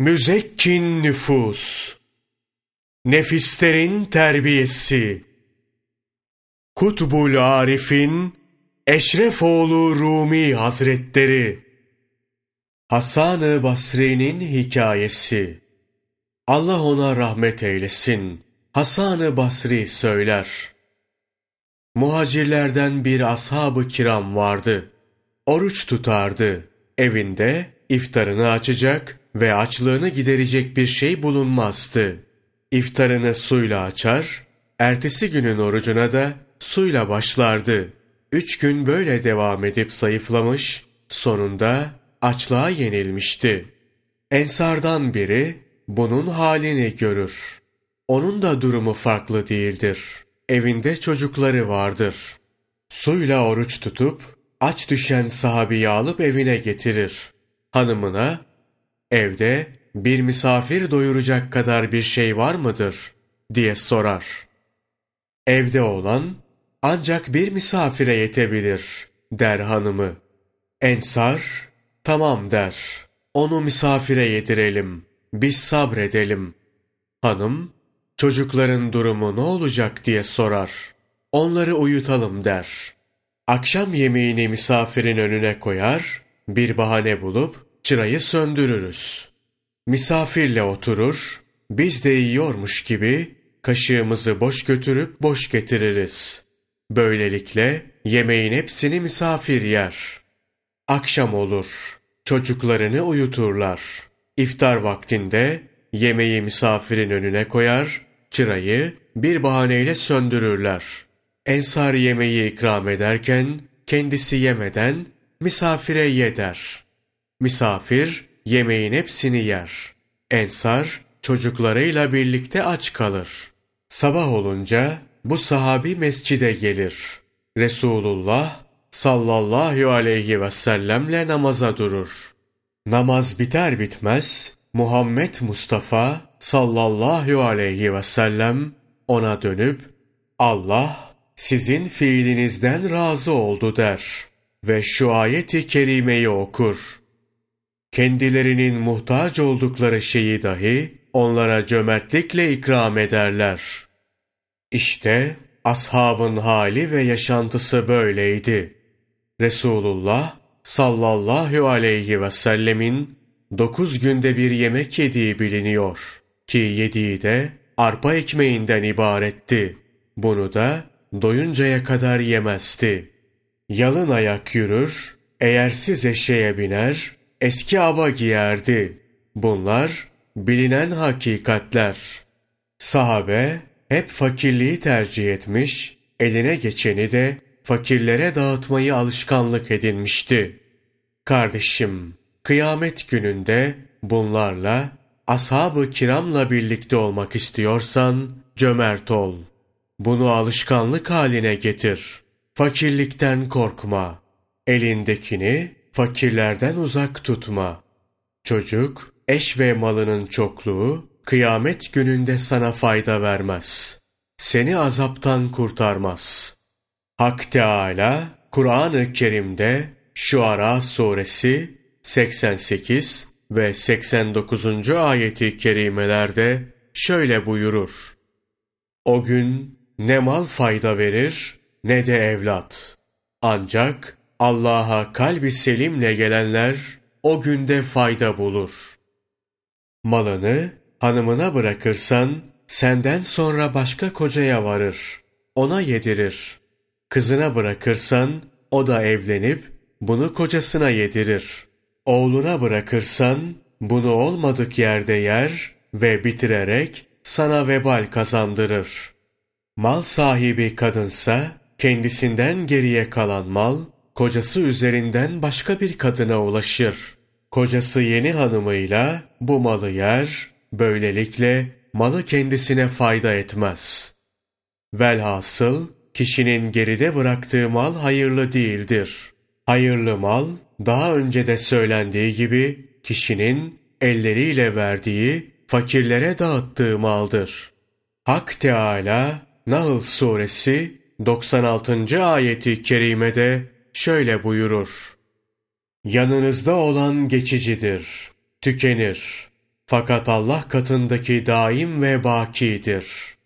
Müzekkin nüfus, nefislerin terbiyesi, Kutbul Arif'in Eşrefoğlu Rumi Hazretleri, Hasan-ı Basri'nin hikayesi. Allah ona rahmet eylesin. Hasan-ı Basri söyler: Muhacirlerden bir ashab-ı kiram vardı. Oruç tutardı. Evinde iftarını açacak ve açlığını giderecek bir şey bulunmazdı. İftarını suyla açar, ertesi günün orucuna da suyla başlardı. 3 gün böyle devam edip zayıflamış, sonunda açlığa yenilmişti. Ensardan biri bunun halini görür. Onun da durumu farklı değildir. Evinde çocukları vardır. Suyla oruç tutup aç düşen sahabeyi alıp evine getirir. Hanımına, evde bir misafir doyuracak kadar bir şey var mıdır diye sorar. Evde olan ancak bir misafire yetebilir der hanımı. Ensar, tamam der. Onu misafire yedirelim. Biz sabredelim. Hanım, çocukların durumu ne olacak diye sorar. Onları uyutalım der. Akşam yemeğini misafirin önüne koyar, bir bahane bulup çırayı söndürürüz. Misafirle oturur, biz de yiyormuş gibi kaşığımızı boş götürüp boş getiririz. Böylelikle yemeğin hepsini misafir yer. Akşam olur, çocuklarını uyuturlar. İftar vaktinde yemeği misafirin önüne koyar, çırayı bir bahaneyle söndürürler. Ensar yemeği ikram ederken kendisi yemeden misafire ye der. Misafir yemeğin hepsini yer. Ensar çocuklarıyla birlikte aç kalır. Sabah olunca bu sahabi mescide gelir. Resulullah sallallahu aleyhi ve sellemle namaza durur. Namaz biter bitmez Muhammed Mustafa sallallahu aleyhi ve sellem ona dönüp Allah sizin fiilinizden razı oldu der ve şu ayeti kerimeyi okur. Kendilerinin muhtaç oldukları şeyi dahi onlara cömertlikle ikram ederler. İşte ashabın hali ve yaşantısı böyleydi. Resulullah sallallahu aleyhi ve sellemin 9 günde bir yemek yediği biliniyor ki yediği de arpa ekmeğinden ibaretti. Bunu da doyuncaya kadar yemezdi. Yalın ayak yürür, eğersiz eşeğe biner, eski aba giyerdi. Bunlar bilinen hakikatler. Sahabe hep fakirliği tercih etmiş, eline geçeni de fakirlere dağıtmayı alışkanlık edinmişti. Kardeşim, kıyamet gününde bunlarla, ashab-ı kiramla birlikte olmak istiyorsan cömert ol. Bunu alışkanlık haline getir. Fakirlikten korkma. Elindekini fakirlerden uzak tutma. Çocuk, eş ve malının çokluğu kıyamet gününde sana fayda vermez. Seni azaptan kurtarmaz. Hak Teâlâ Kur'an-ı Kerim'de Şuara suresi 88 ve 89. ayeti kerimelerde şöyle buyurur. O gün ne mal fayda verir ne de evlat. Ancak Allah'a kalbi selimle gelenler o günde fayda bulur. Malını hanımına bırakırsan senden sonra başka kocaya varır. Ona yedirir. Kızına bırakırsan o da evlenip bunu kocasına yedirir. Oğluna bırakırsan bunu olmadık yerde yer ve bitirerek sana vebal kazandırır. Mal sahibi kadınsa kendisinden geriye kalan mal kocası üzerinden başka bir kadına ulaşır. Kocası yeni hanımıyla bu malı yer, böylelikle malı kendisine fayda etmez. Velhasıl kişinin geride bıraktığı mal hayırlı değildir. Hayırlı mal, daha önce de söylendiği gibi kişinin elleriyle verdiği, fakirlere dağıttığı maldır. Hak Teâlâ Nahl suresi 96. ayeti kerimede şöyle buyurur. Yanınızda olan geçicidir, tükenir. Fakat Allah katındaki daim ve bakidir.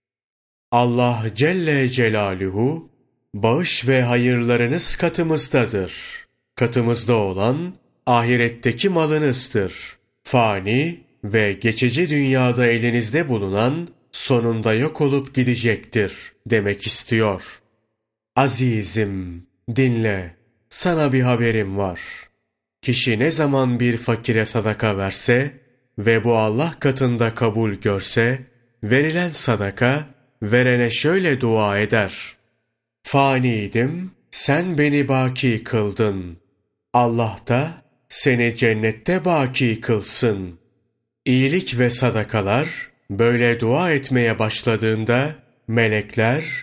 Allah Celle Celaluhu, bağış ve hayırlarınız katımızdadır. Katımızda olan, ahiretteki malınızdır. Fani ve geçici dünyada elinizde bulunan, sonunda yok olup gidecektir demek istiyor. Azizim, dinle, sana bir haberim var. Kişi ne zaman bir fakire sadaka verse ve bu Allah katında kabul görse, verilen sadaka, verene şöyle dua eder: Faniydim, sen beni baki kıldın. Allah da seni cennette baki kılsın. İyilik ve sadakalar böyle dua etmeye başladığında melekler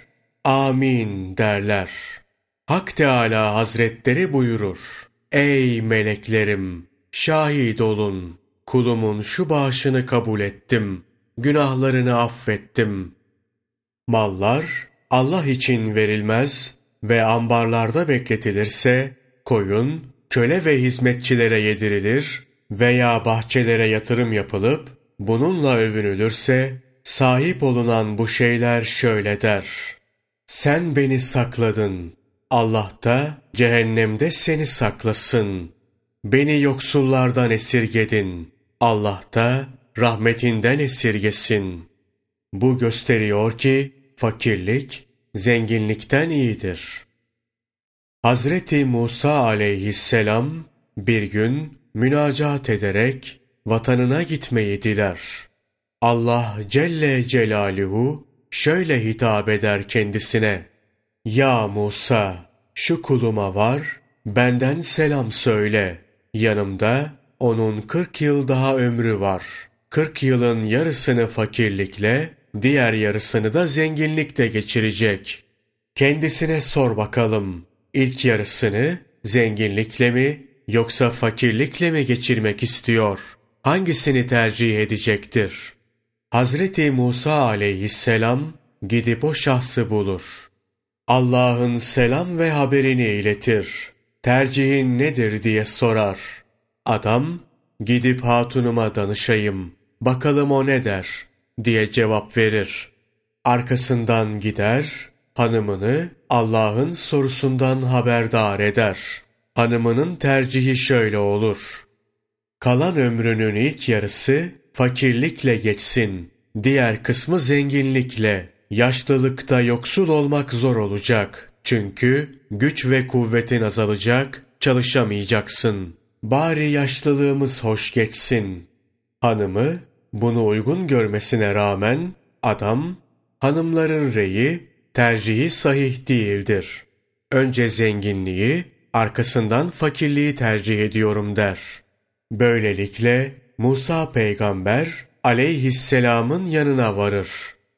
amin derler. Hak Teâlâ Hazretleri buyurur: Ey meleklerim, şahit olun, kulumun şu bağışını kabul ettim, günahlarını affettim. Mallar Allah için verilmez ve ambarlarda bekletilirse, koyun, köle ve hizmetçilere yedirilir veya bahçelere yatırım yapılıp bununla övünülürse, sahip olunan bu şeyler şöyle der: Sen beni sakladın, Allah da cehennemde seni saklasın. Beni yoksullardan esirgedin, Allah da rahmetinden esirgesin. Bu gösteriyor ki fakirlik zenginlikten iyidir. Hazreti Musa aleyhisselam bir gün münacat ederek vatanına gitmeyi diler. Allah Celle Celaluhu şöyle hitap eder kendisine: Ya Musa, şu kuluma var, benden selam söyle. Yanımda onun 40 yıl daha ömrü var. 40 yılın yarısını fakirlikle, diğer yarısını da zenginlikle geçirecek. Kendisine sor bakalım, ilk yarısını zenginlikle mi yoksa fakirlikle mi geçirmek istiyor? Hangisini tercih edecektir? Hazreti Musa aleyhisselam gidip o şahsı bulur. Allah'ın selam ve haberini iletir. Tercihin nedir diye sorar. Adam, gidip hatunuma danışayım, bakalım o ne der diye cevap verir. Arkasından gider, hanımını Allah'ın sorusundan haberdar eder. Hanımının tercihi şöyle olur: Kalan ömrünün ilk yarısı fakirlikle geçsin, diğer kısmı zenginlikle. Yaşlılıkta yoksul olmak zor olacak. Çünkü güç ve kuvvetin azalacak, çalışamayacaksın. Bari yaşlılığımız hoş geçsin. Hanımı bunu uygun görmesine rağmen adam, hanımların reyi, tercihi sahih değildir. Önce zenginliği, arkasından fakirliği tercih ediyorum der. Böylelikle Musa peygamber aleyhisselamın yanına varır.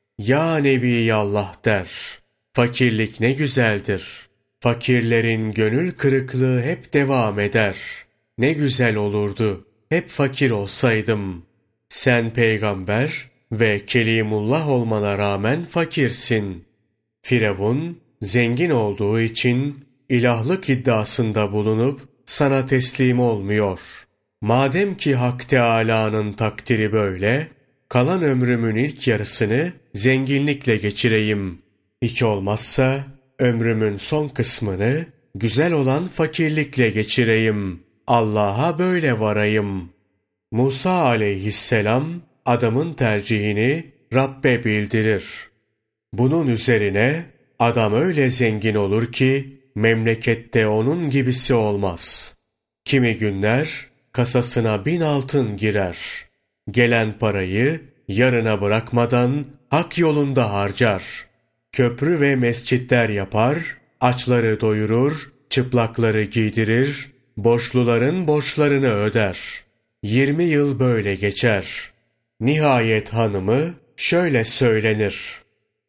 Ya Nebiyallah der, fakirlik ne güzeldir. Fakirlerin gönül kırıklığı hep devam eder. Ne güzel olurdu, hep fakir olsaydım. Sen peygamber ve kelimullah olmana rağmen fakirsin. Firavun, zengin olduğu için ilahlık iddiasında bulunup sana teslim olmuyor. Madem ki Hak Teâlâ'nın takdiri böyle, kalan ömrümün ilk yarısını zenginlikle geçireyim. Hiç olmazsa ömrümün son kısmını güzel olan fakirlikle geçireyim. Allah'a böyle varayım. Musa aleyhisselam adamın tercihini Rabbe bildirir. Bunun üzerine adam öyle zengin olur ki memlekette onun gibisi olmaz. Kimi günler kasasına 1000 altın girer. Gelen parayı yarına bırakmadan hak yolunda harcar. Köprü ve mescitler yapar, açları doyurur, çıplakları giydirir, borçluların borçlarını öder. 20 yıl böyle geçer. Nihayet hanımı şöyle söylenir: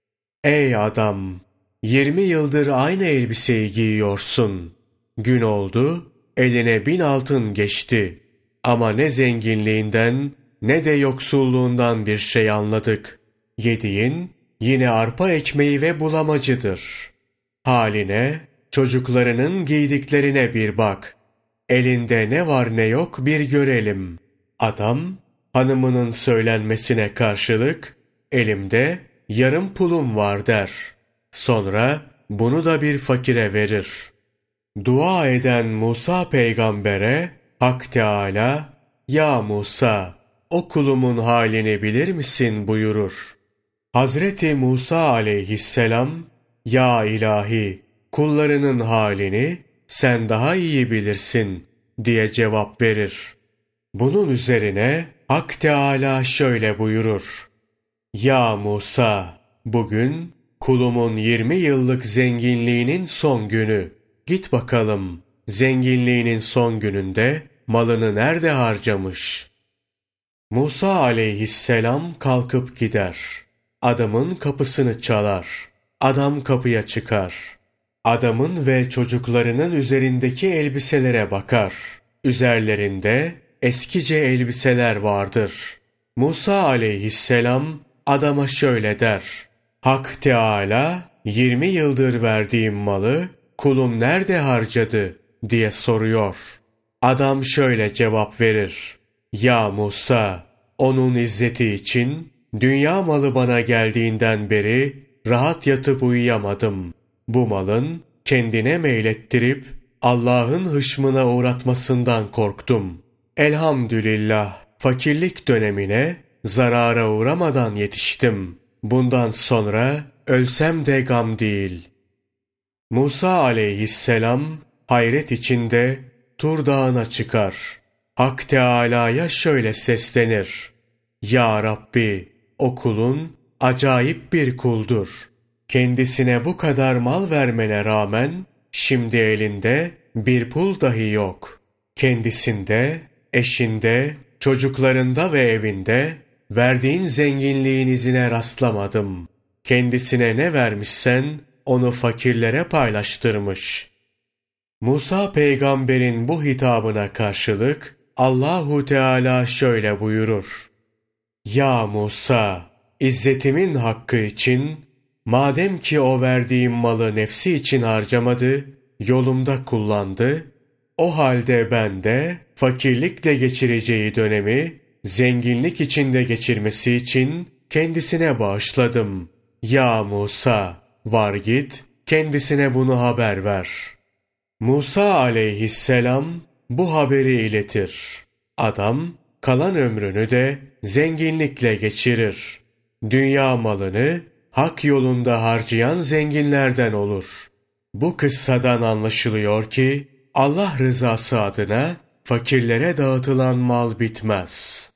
Ey adam! 20 yıldır aynı elbiseyi giyiyorsun. Gün oldu, eline 1000 altın geçti. Ama ne zenginliğinden ne de yoksulluğundan bir şey anladık. Yediğin yine arpa ekmeği ve bulamacıdır. Haline, çocuklarının giydiklerine bir bak. Elinde ne var ne yok bir görelim. Adam, hanımının söylenmesine karşılık, elimde yarım pulum var der. Sonra bunu da bir fakire verir. Dua eden Musa peygambere Hak Teâlâ, ya Musa, o kulumun halini bilir misin buyurur. Hazreti Musa aleyhisselam, ya ilahi, kullarının halini sen daha iyi bilirsin diye cevap verir. Bunun üzerine Hak Teâlâ şöyle buyurur. Ya Musa, bugün kulumun 20 yıllık zenginliğinin son günü. Git bakalım, zenginliğinin son gününde malını nerede harcamış? Musa aleyhisselam kalkıp gider. Adamın kapısını çalar. Adam kapıya çıkar. Adamın ve çocuklarının üzerindeki elbiselere bakar. Üzerlerinde eskice elbiseler vardır. Musa aleyhisselam adama şöyle der. Hak Teâlâ 20 yıldır verdiğim malı kulum nerede harcadı diye soruyor. Adam şöyle cevap verir. Ya Musa, onun izzeti için dünya malı bana geldiğinden beri rahat yatıp uyuyamadım. Bu malın kendine meylettirip Allah'ın hışmına uğratmasından korktum. Elhamdülillah fakirlik dönemine zarara uğramadan yetiştim. Bundan sonra ölsem de gam değil. Musa aleyhisselam hayret içinde Tur Dağı'na çıkar. Hak Teâlâ'ya şöyle seslenir. Ya Rabbi, o kulun acayip bir kuldur. Kendisine bu kadar mal vermene rağmen şimdi elinde bir pul dahi yok. Kendisinde, eşinde, çocuklarında ve evinde verdiğin zenginliğin izine rastlamadım. Kendisine ne vermişsen onu fakirlere paylaştırmış. Musa peygamberin bu hitabına karşılık Allahu Teala şöyle buyurur. Ya Musa, izzetimin hakkı için, madem ki o verdiğim malı nefsi için harcamadı, yolumda kullandı, o halde ben de fakirlikle geçireceği dönemi zenginlik içinde geçirmesi için kendisine bağışladım. Ya Musa, var git, kendisine bunu haber ver. Musa aleyhisselam bu haberi iletir. Adam kalan ömrünü de zenginlikle geçirir. Dünya malını hak yolunda harcayan zenginlerden olur. Bu kıssadan anlaşılıyor ki Allah rızası adına fakirlere dağıtılan mal bitmez.